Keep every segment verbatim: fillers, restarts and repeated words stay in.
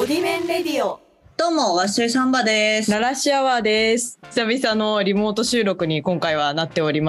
ボディメンレディオ。 どうも、ワッショイサンバです。 ララシアワーです。久々のリモート収録に今回はなっております。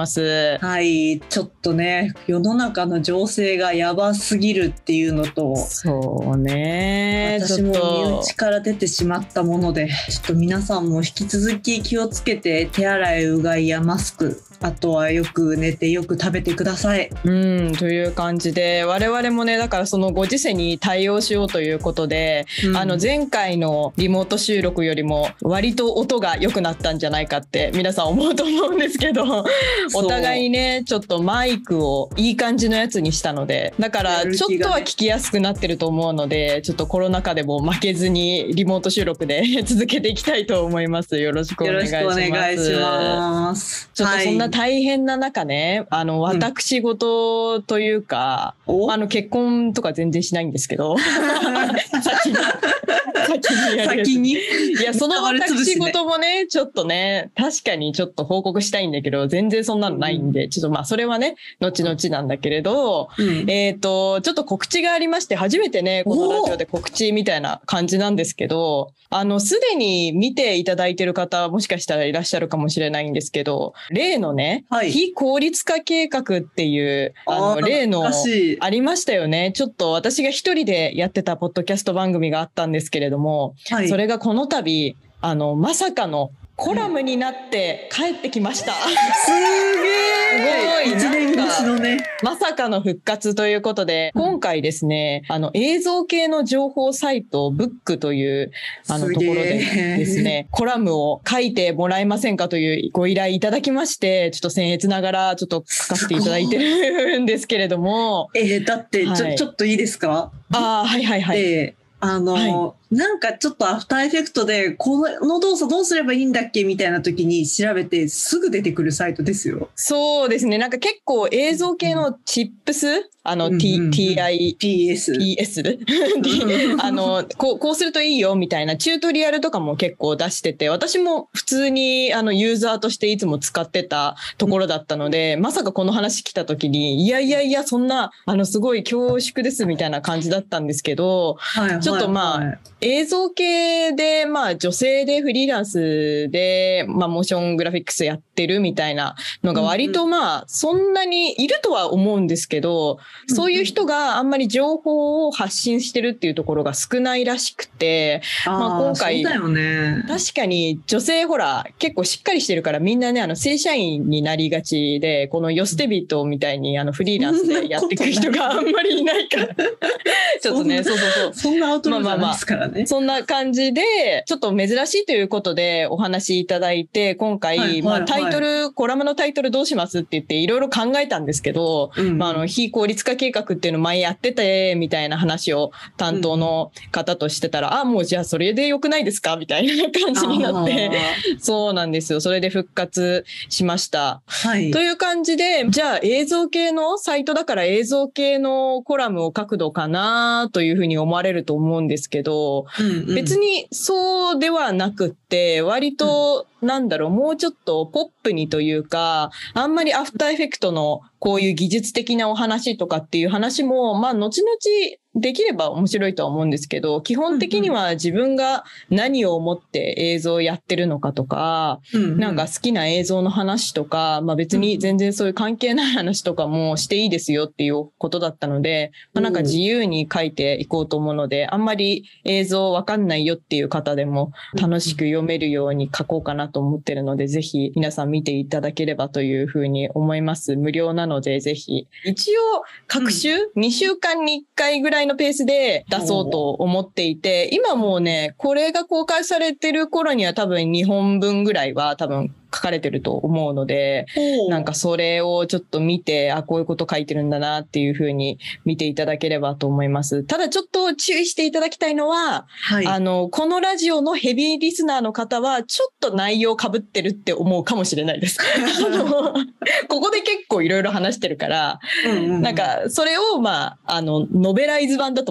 はい、ちょっとね、世の中の情勢がやばすぎるっていうのと、 そうね、 私も身内から出てしまったもので、ちょっと皆さんも引き続き気をつけて、手洗い、うがいやマスク、あとはよく寝てよく食べてください。 うんという感じで、我々もね、だからそのご時世に対応しようということで、うん、あの前回のリモート収録よりも割と音が良くなったんじゃないかって皆さん思うと思うんですけど、お互いにねちょっとマイクをいい感じのやつにしたので、だからちょっとは聞きやすくなってると思うので、ちょっとコロナ禍でも負けずにリモート収録で続けていきたいと思います。よろしくお願いします。 よろしくお願いします。 ちょっとそんな大変な中ね、あの私事というか、うん、あの結婚とか全然しないんですけど先に先にやる先にいや、その私事もねちょっとね確かにちょっと報告したいんだけど、全然そんなのないんで、うん、ちょっとまあそれはね後々なんだけれど、うん、えっとちょっと告知がありまして、初めてねこのラジオで告知みたいな感じなんですけど、あのすでに見ていただいてる方もしかしたらいらっしゃるかもしれないんですけど、例のね、はい、非効率化計画っていうあの例のありましたよね。ちょっと私が一人でやってたポッドキャスト番組があったんですけれども、はい、それがこの度あのまさかのコラムになって帰ってきました。すげー、いちねん越しのね、 まさかの復活ということで、今回ですね、あの映像系の情報サイトブックというあのところでですね、コラムを書いてもらえませんかというご依頼いただきまして、ちょっと僭越ながらちょっと書かせていただいてるんですけれども、 えー、だってちょ、はい、ちょっといいですか？ ああ、はいはいはい。 であの、はい、なんかちょっとアフターエフェクトでこの動作どうすればいいんだっけみたいな時に調べてすぐ出てくるサイトですよ。 そうですね。なんか結構映像系のチップス、うん、あの、うんうん、T、ティーアイ、 ピーエス、 ピーエス あのこう、こうするといいよみたいなチュートリアルとかも結構出してて、私も普通にあのユーザーとしていつも使ってたところだったので、うん、まさかこの話来た時にいやいやいやそんなあのすごい恐縮ですみたいな感じだったんですけど、はいはいはい、ちょっとまあ映像系でまあ女性でフリーランスでまあモーショングラフィックスやってるみたいなのが割とまあそんなにいるとは思うんですけど、そういう人があんまり情報を発信してるっていうところが少ないらしくて、まあ今回そうだよね、 確かに女性ほら結構しっかりしてるからみんなねあの正社員になりがちで、このヨステビトみたいにあのフリーランスでやっていく人があんまりいないからちょっとねそうそうそうそんなアウトローじゃないですからね、まあまあまあそんな感じでちょっと珍しいということでお話いただいて、今回、はいはいはい、まあ、タイトルコラムのタイトルどうしますって言っていろいろ考えたんですけど、うん、まあ、あの非効率化計画っていうの前やっててみたいな話を担当の方としてたら、うん、あもうじゃあそれでよくないですかみたいな感じになって、そうなんですよ。それで復活しました、はい、という感じで、じゃあ映像系のサイトだから映像系のコラムを書くのかなというふうに思われると思うんですけど、うんうん、別にそうではなくって割と、うん、なんだろう、もうちょっとポップにというか、あんまりアフターエフェクトのこういう技術的なお話とかっていう話もまあ後々できれば面白いとは思うんですけど、基本的には自分が何を思って映像をやってるのかとか、うんうん、なんか好きな映像の話とか、まあ別に全然そういう関係ない話とかもしていいですよっていうことだったので、まあ、なんか自由に書いていこうと思うので、あんまり映像わかんないよっていう方でも楽しく読めるように書こうかなと思ってるので、ぜひ皆さん見ていただければというふうに思います。無料なのでぜひ。一応各週、うん、にしゅうかんにいっかいぐらいのペースで出そうと思っていて、今もうねこれが公開されてる頃には多分にほんぶんぐらいは多分書かれてると思うので、なんかそれをちょっと見て、あこういうこと書いてるんだなっていう風に見ていただければと思います。ただちょっと注意していただきたいのは、はい、あのこのラジオのヘビーリスナーの方はちょっと内容被ってるって思うかもしれないですあのここで結構いろいろ話してるから、うんうんうん、なんかそれをまああのノベライズ版だと思って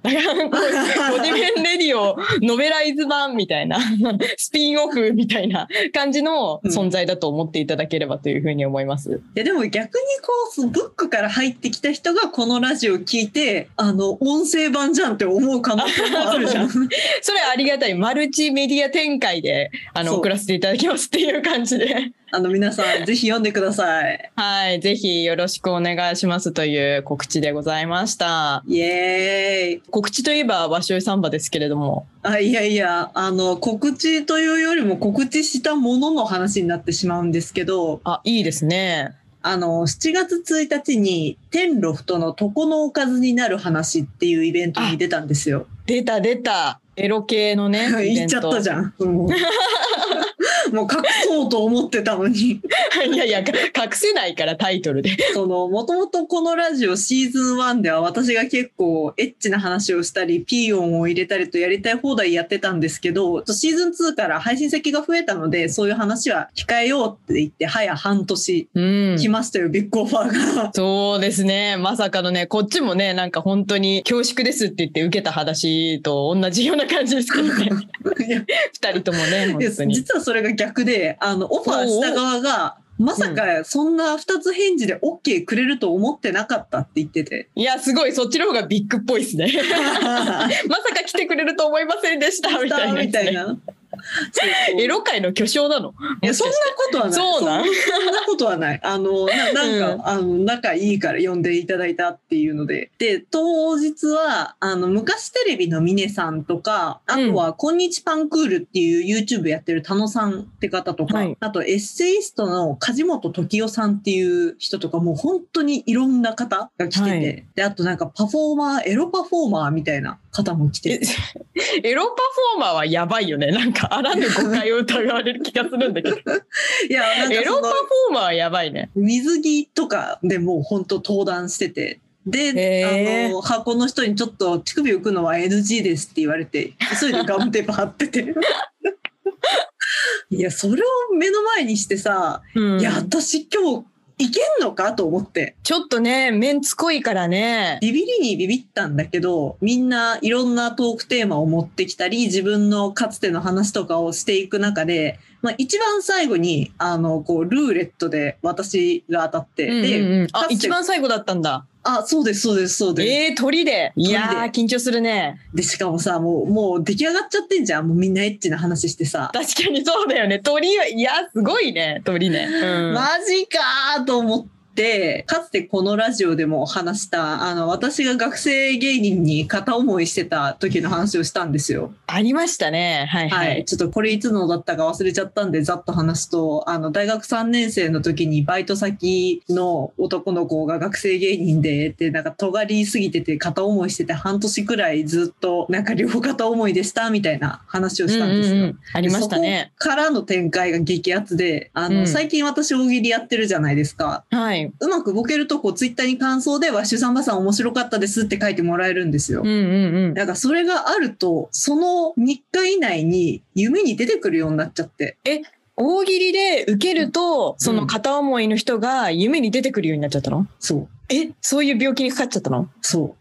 ゴディメンレディオノベライズ版みたいなスピンオフみたいな感じの存在だと思っていただければというふうに思います。うん、いやでも逆にこうブックから入ってきた人がこのラジオ聞いてあの音声版じゃんって思う可能性もあるじゃん。それありがたい。マルチメディア展開であの送らせていただきますっていう感じで。 あの皆さんぜひ読んでください。 はい、ぜひよろしくお願いしますという告知でございました。 イエーイ。 告知といえばわしおいサンバですけれども。 あ、いやいや、あの告知というよりも告知したものの話になってしまうんですけど。 あ、いいですね。 あのしちがつついたちに天ロフトの床のおかずになる話っていうイベントに出たんですよ。 出た出た。エロ系のね。 言っちゃったじゃん。うんもう隠そうと思ってたのにいやいや隠せないからタイトルでそのもともとこのラジオシーズンワンでは私が結構エッチな話をしたりピー音を入れたりとやりたい放題やってたんですけどシーズンツーから配信先が増えたのでそういう話は控えようって言って早半年来ましたよ、うん、ビッグオファーが。 そうですねまさかのねこっちもねなんか本当に恐縮ですって言って受けた話と同じような感じですけどねふたりともね本当に実はそれが逆であのオファーした側がまさかそんなふたつ返事で OK くれると思ってなかったって言ってて、 いやすごいそっちの方がビッグっぽいですねまさか来てくれると思いませんでしたみたいな、ね、みたいなそうそうエロ界の巨匠なの？ いやそんなことはない。 そうなん？ そんなことはない。あの な, なんか、うん、あの仲いいから呼んでいただいたっていうので、で当日はあの昔テレビの峰さんとか、あとはこんにちパンクールっていう YouTube やってる田野さんって方とか、はい、あとエッセイストの梶本時代さんっていう人とかもう本当にいろんな方が来てて、はい、であとなんかパフォーマーエロパフォーマーみたいな方も来てて、 エロパフォーマーはやばいよね。なんかあらぬ誤解を疑われる気がするんだけどいやなんかエロパフォーマーはやばいね。 水着とかでもう本当登壇してて、であの箱の人にちょっと乳首浮くのは エヌジー ですって言われて急いでガムテープ貼ってていやそれを目の前にしてさ、うん、いや私今日いけんのかと思って、 ちょっとねメンツ濃いからねビビりにビビったんだけど、みんないろんなトークテーマを持ってきたり自分のかつての話とかをしていく中で、まあ、一番最後にあのこうルーレットで私が当たって、うんうんうん、であ一番最後だったんだ。 あ、そうですそうですそうです。 えー、鳥で。いやー緊張するね。 でしかもさもうもう出来上がっちゃってんじゃん。もうみんなエッチな話してさ。 確かにそうだよね。鳥はいやすごいね鳥ね。うん、 マジかーと思って。でかつてこのラジオでも話したあの私が学生芸人に片思いしてた時の話をしたんですよ。 ありましたね。はい、はい、はい。 ちょっとこれいつのだったか忘れちゃったんでざっと話すと、あの大学さんねん生の時にバイト先の男の子が学生芸人ででなんか尖りすぎてて片思いしてて半年くらいずっとなんか両方片思いでしたみたいな話をしたんですよ。うんうんうん、 ありましたね。 そこからの展開が激アツで、あの、うん、最近私大喜利やってるじゃないですか。 はい。 うまくボケるとこうツイッターに感想でワッシュさんばさん面白かったですって書いてもらえるんですよ。 うんうんうん。 だからそれがあるとそのみっか以内に夢に出てくるようになっちゃって。 え、大喜利で受けると、うん、その片思いの人が夢に出てくるようになっちゃったの？ そう。 え、そういう病気にかかっちゃったの？ そう。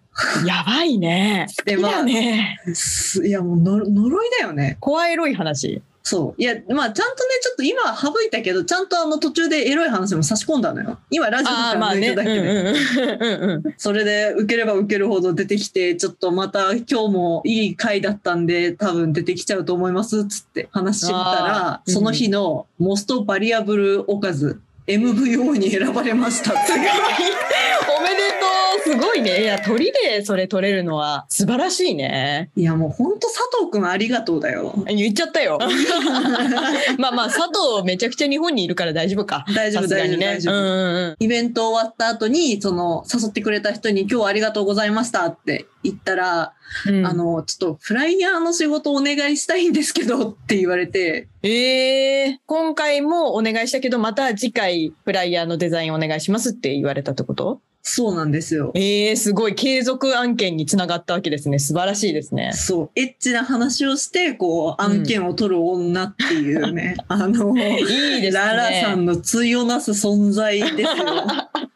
やばいね。好きだね。 いやもうの呪いだよね。 怖いエロい話。 そう。いや、まあ、ちゃんとね、ちょっと今は省いたけど、ちゃんとあの途中でエロい話も差し込んだのよ。今、ラジオから抜いただけで。それで、受ければ受けるほど出てきて、ちょっとまた今日もいい回だったんで、多分出てきちゃうと思います、つって話してみたら、その日のモストバリアブルおかず、エムブイオー に選ばれました。 すごい。おめでとう。すごいね。いや、鳥でそれ取れるのは素晴らしいね。 いや、もうほんと佐藤くんありがとうだよ。 言っちゃったよ。まあまあ、佐藤めちゃくちゃ日本にいるから大丈夫か。 大丈夫、大丈夫、大丈夫。うんうんうん。イベント終わった後に、その、誘ってくれた人に今日はありがとうございましたって言ったら、うん、あの、ちょっとフライヤーの仕事お願いしたいんですけどって言われて。 ええー、今回もお願いしたけど、また次回フライヤーのデザインお願いしますって言われたってこと？ そうなんですよ。 ええー、すごい継続案件につながったわけですね。素晴らしいですね。 そう。エッチな話をして、こう、案件を取る女っていうね。うん、あの、 いいですね。 ララさんの対をなす存在ですよ。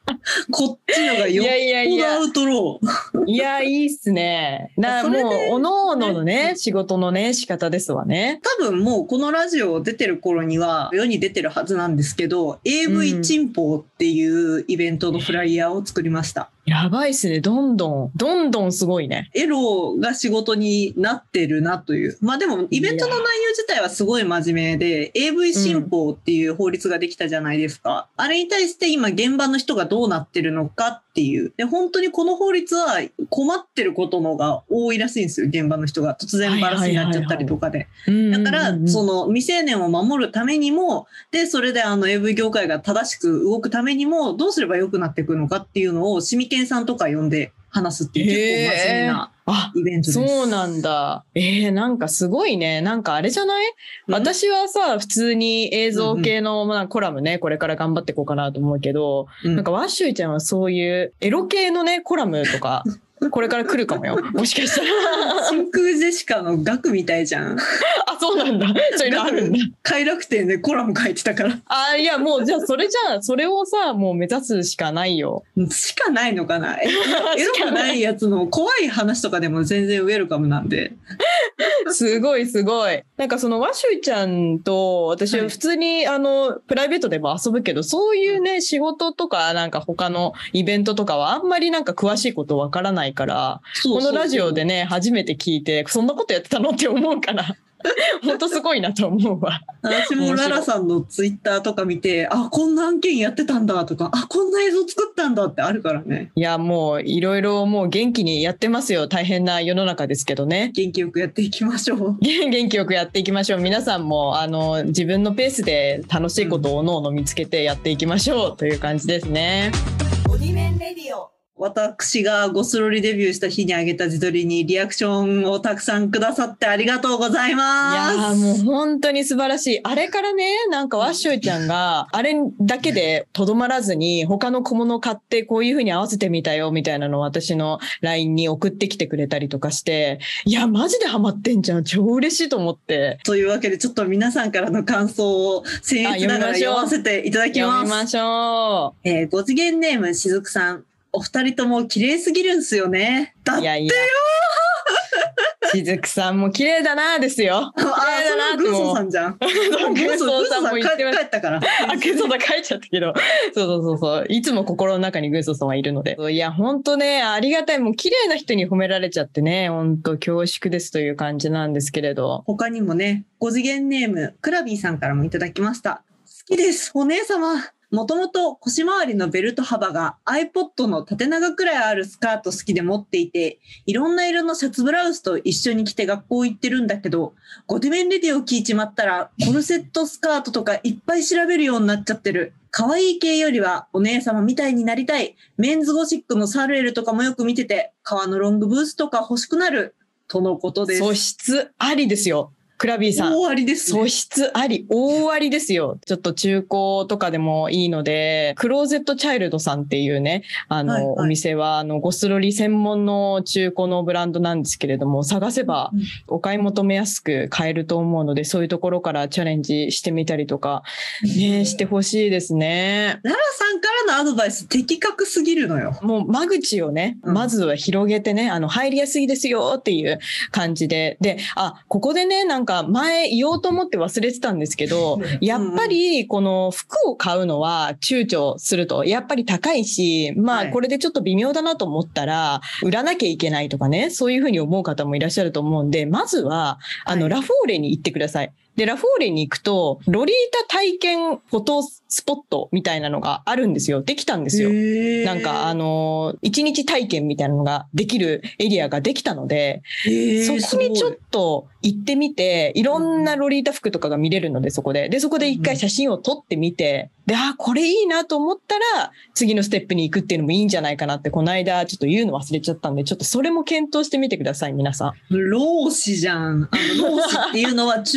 こっちのがよっぽどアウトロー。 いや、いいっすね。な、もう、おのおののね、仕事のね、仕方ですわね。 多分もうこのラジオ出てる頃には世に出てるはずなんですけど、エーブイ チンポっていうイベントのフライヤーを作りました。 やばいっすね。どんどん、どんどんすごいね。 エロが仕事になってるなという。まあでも、イベントの内容自体はすごい真面目で、エーブイ 新法っていう法律ができたじゃないですか。うん、あれに対して今現場の人がどうなってるのかっていう。で、本当にこの法律は困ってることのが多いらしいんですよ。現場の人が突然バラシになっちゃったりとかで。だから、その未成年を守るためにも、で、それであの エーブイ 業界が正しく動くためにも、どうすれば良くなっていくのかっていうのを、シミケンさんとか呼んで話すっていう結構真面目なイベントです。 そうなんだ。えー、なんかすごいね。なんかあれじゃない？うん、私はさ、普通に映像系の、うんうん、まあ、コラムね、これから頑張っていこうかなと思うけど、うん、なんかワッシュイちゃんはそういうエロ系のね、コラムとか、これから来るかもよ。もしかしたら。 真空ジェシカのガクみたいじゃん。 あ、そうなんだ。そういうのあるんだ。 快楽天でコラム書いてたから。 あ、いや、もう、じゃあ、それじゃあ、それをさ、もう目指すしかないよ。 しかないのかな。エロくないやつの怖い話とかでも全然ウェルカムなんで。 すごいすごい。なんかそのワシュイちゃんと私は普通に、はい、あの、プライベートでも遊ぶけど、そういうね、仕事とかなんか他のイベントとかはあんまりなんか詳しいことわからないから、そうそうそう、このラジオでね、初めて聞いて、そんなことやってたのって思うから。本当すごいなと思うわ。 私もララさんのツイッターとか見て、あ、こんな案件やってたんだとか、あ、こんな映像作ったんだってあるからね。 いや、もういろいろもう元気にやってますよ。大変な世の中ですけどね。 元気よくやっていきましょう。 元気よくやっていきましょう。皆さんもあの自分のペースで楽しいことをおのおの見つけてやっていきましょうという感じですね。ボディメンレディオ。 私がゴスロリデビューした日にあげた自撮りにリアクションをたくさんくださってありがとうございます。 いやーもう本当に素晴らしい。あれからね、なんかワッシュイちゃんがあれだけでとどまらずに他の小物買ってこういう風に合わせてみたよみたいなのを私の ライン に送ってきてくれたりとかして、いやマジでハマってんじゃん。超嬉しいと思って。 というわけでちょっと皆さんからの感想を僭越ながら読ませていただきます。 読みましょう。 えー、ご次元ネームしずくさん。お二人とも綺麗すぎるんすよね。だってよ。いやいやしずくさんも綺麗だなですよ。 綺麗だなって。グーソーさんじゃん。グーソーさんも言ってました。帰ったから。 あ、グーソーさん帰っちゃったけど。そうそうそうそう。いつも心の中にグーソーさんはいるので。いや、ほんとね、ありがたい。もう綺麗な人に褒められちゃってね、ほんと恐縮ですという感じなんですけれど。 他にもね、ご次元ネーム、クラビーさんからもいただきました。好きです、お姉様。もともと腰回りのベルト幅が iPod の縦長くらいあるスカート好きで持っていて、いろんな色のシャツブラウスと一緒に着て学校行ってるんだけど、ゴディメンレディを聞いちまったら、コルセットスカートとかいっぱい調べるようになっちゃってる。可愛い系よりはお姉様みたいになりたい。メンズゴシックのサルエルとかもよく見てて、革のロングブーツとか欲しくなる。とのことです。 素質ありですよ。クラビーさん。 大ありですね。 素質あり、大ありですよ。ちょっと中古とかでもいいので、クローゼットチャイルドさんっていうね、あの、はいはい、お店は、あの、ゴスロリ専門の中古のブランドなんですけれども、探せばお買い求めやすく買えると思うので、そういうところからチャレンジしてみたりとか、ね、してほしいですね。 ララさんからのアドバイス的確すぎるのよ。 もう間口をね、まずは広げてね、あの、入りやすいですよっていう感じで。で、あ、ここでね、なんかなんか前言おうと思って忘れてたんですけど、やっぱりこの服を買うのは躊躇すると、やっぱり高いし、まあこれでちょっと微妙だなと思ったら、売らなきゃいけないとかね、そういうふうに思う方もいらっしゃると思うんで、まずは、あの、ラフォーレに行ってください。で、ラフォーレに行くと、ロリータ体験フォトスポットみたいなのがあるんですよ。できたんですよ。なんか、あの、一日体験みたいなのができるエリアができたので、そこにちょっと行ってみて、いろんなロリータ服とかが見れるので、そこで。で、そこで一回写真を撮ってみて、で、あ、これいいなと思ったら、次のステップに行くっていうのもいいんじゃないかなって、この間ちょっと言うの忘れちゃったんで、ちょっとそれも検討してみてください、皆さん。 老子じゃん。あの老子っていうのは中国語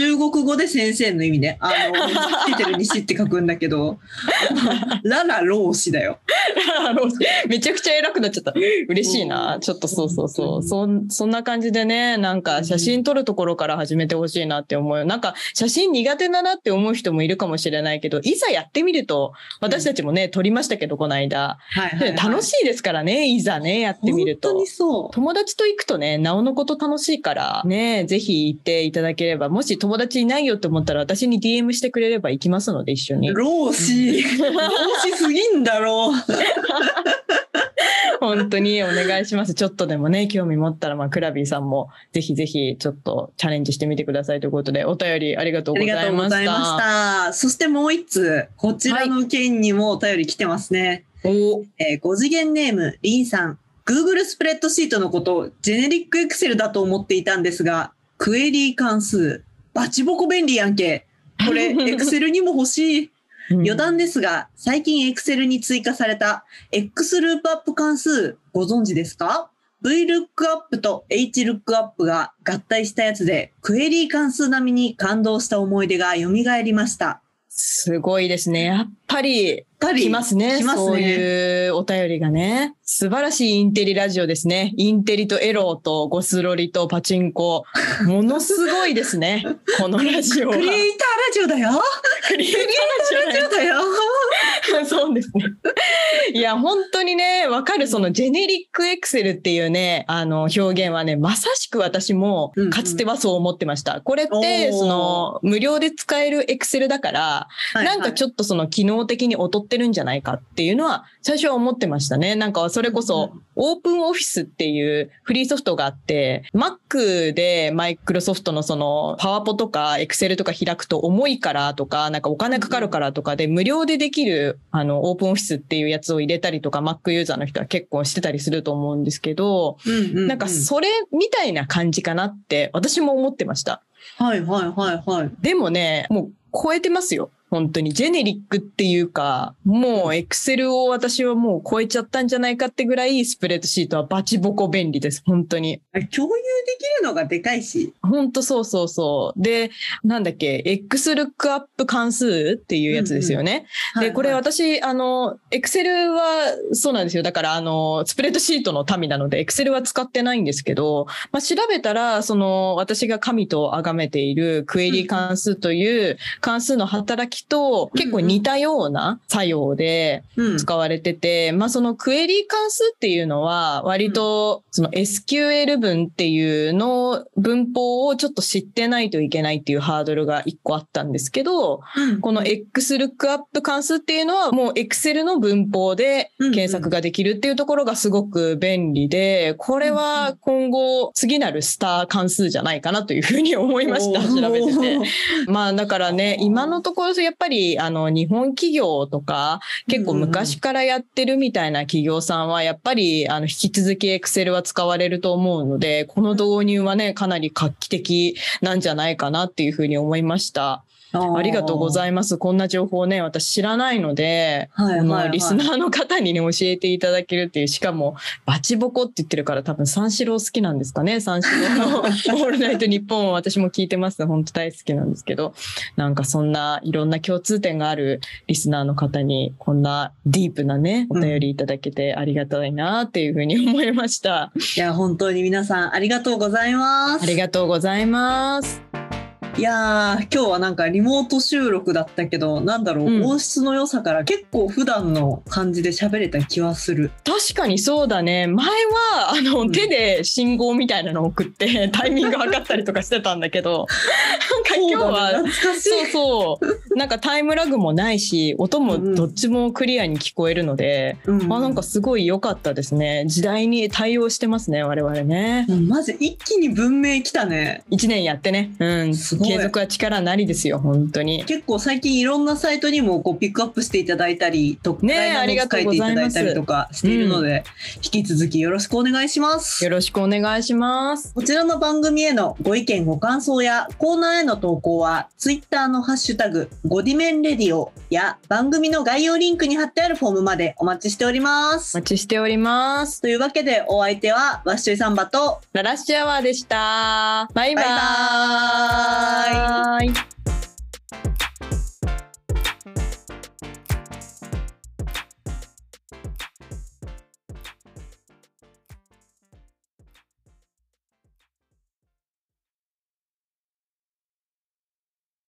語で先生の意味ね。あの、つけてる西って書くんだけど、ララ老子だよ。 ララ老子。めちゃくちゃ偉くなっちゃった。嬉しいな。ちょっとそうそうそう。そん、そんな感じでね、なんか写真撮るところから始めてほしいなって思う。なんか写真苦手だなって思う人もいるかもしれないけど、いざやってみると、私たちもね、撮りましたけど、この間。はいはいはい、楽しいですからね、いざね、やってみると。 本当にそう。 友達と行くとね、なおのこと楽しいから、ね、ぜひ行っていただければ、もし友達いないよって思ったら、私に ディーエム してくれれば行きますので、一緒に。 老子。老子すぎんだろう。 本当にお願いします。ちょっとでもね、興味持ったら、まあ、クラビーさんもぜひぜひちょっとチャレンジしてみてくださいということで、お便りありがとうございました。ありがとうございました。 そしてもう一通、こちらの件にもお便り来てますね。はい、おえー、ご次元ネーム、リンさん。Google スプレッドシートのことをジェネリックエクセルだと思っていたんですが、クエリー関数、バチボコ便利やんけ。これ、エクセルにも欲しい。余談ですが、最近 Excel に追加された X ループアップ関数ご存知ですか？ VLOOKUP と HLOOKUP が合体したやつで、クエリー関数並みに感動した思い出が蘇りました。 すごいですね。やっぱり来ますね。来ますね。そういうお便りがね。素晴らしいインテリラジオですね。インテリとエロとゴスロリとパチンコ。ものすごいですね。このラジオは。 クリエイターラジオだよ。 クリエイターラジオだよ。そうですね。いや、本当にね、わかる。そのジェネリックエクセルっていうね、あの表現はね、まさしく私もかつてはそう思ってました。うんうん、これって、その無料で使えるエクセルだから、はいはい、なんかちょっとその機能的に劣ってるんじゃないかっていうのは最初は思ってましたね。なんかそれこそオープンオフィスっていうフリーソフトがあって、Mac でマイクロソフトのそのパワポとかエクセルとか開くと重いからとか、なんかお金かかるからとかで無料でできるあのオープンオフィスっていうやつを入れたりとか Mac ユーザーの人は結構してたりすると思うんですけど、うんうんうん、なんかそれみたいな感じかなって私も思ってました。 はいはいはいはい。 でもね、もう超えてますよ。本当にジェネリックっていうか、もうエクセルを私はもう超えちゃったんじゃないかってぐらいスプレッドシートはバチボコ便利です。本当に。 共有できるのがでかいし。 本当そうそうそう。で、なんだっけ、X ルックアップ関数っていうやつですよね。うんうん、で、これ私、あの、エクセルはそうなんですよ。だからあの、スプレッドシートの民なのでエクセルは使ってないんですけど、まあ、調べたら、その私が神と崇めているクエリ関数という関数の働きと結構似たような作用で使われてて、うん、まあそのクエリ関数っていうのは割とその エスキューエル 文っていうの文法をちょっと知ってないといけないっていうハードルが一個あったんですけど、うん、この X ルックアップ関数っていうのはもう Excel の文法で検索ができるっていうところがすごく便利で、これは今後次なるスター関数じゃないかなというふうに思いました。調べてて。まあだからね、今のところやっぱりあの日本企業とか結構昔からやってるみたいな企業さんはやっぱりあの引き続き Excel は使われると思うので、この導入はねかなり画期的なんじゃないかなっていうふうに思いました。ありがとうございます。こんな情報ね、私知らないので、はいはいはい、このリスナーの方にね、教えていただけるっていう、しかも、バチボコって言ってるから多分三四郎好きなんですかね。三四郎のオールナイトニッポンを私も聞いてます。本当大好きなんですけど、なんかそんないろんな共通点があるリスナーの方に、こんなディープなね、お便りいただけてありがたいなっていうふうに思いました。 いや、本当に皆さんありがとうございます。 ありがとうございます。 いやー、今日はなんかリモート収録だったけど、なんだろう、うん、音質の良さから結構普段の感じで喋れた気はする。 確かにそうだね。前はあの、うん、手で信号みたいなのを送ってタイミング測ったりとかしてたんだけど、なんか今日はそうだね、懐かしい。 そうそうなんかタイムラグもないし、音もどっちもクリアに聞こえるので、うん、あなんかすごい良かったですね。時代に対応してますね、我々ね。 うん、マジ一気に文明来たね。 いちねんやってね。うん。すごい。継続は力なりですよ、本当に。 結構最近いろんなサイトにもこうピックアップしていただいたりとか、ね、ありがとうございます。書いていただいたりとかしているので、うん、引き続きよろしくお願いします。 よろしくお願いします。 こちらの番組へのご意見ご感想やコーナーへの投稿は、ツイッターのハッシュタグ、ゴディメンレディオや番組の概要リンクに貼ってあるフォームまでお待ちしております。 お待ちしております。 というわけで、お相手は、ワッショイサンバと、 ララッシュアワーでした。バイバーイ。 バイバーイ。